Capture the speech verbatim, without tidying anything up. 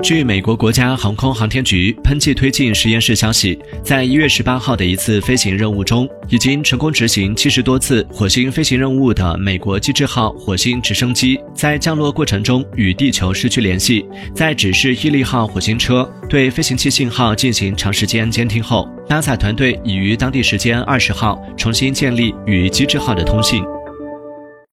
据美国国家航空航天局喷气推进实验室消息，在一月十八号的一次飞行任务中，已经成功执行七十多次火星飞行任务的美国机智号火星直升机，在降落过程中与地球失去联系。在指示毅力号火星车对飞行器信号进行长时间监听后， NASA 团队已于当地时间二十号重新建立与机智号的通信。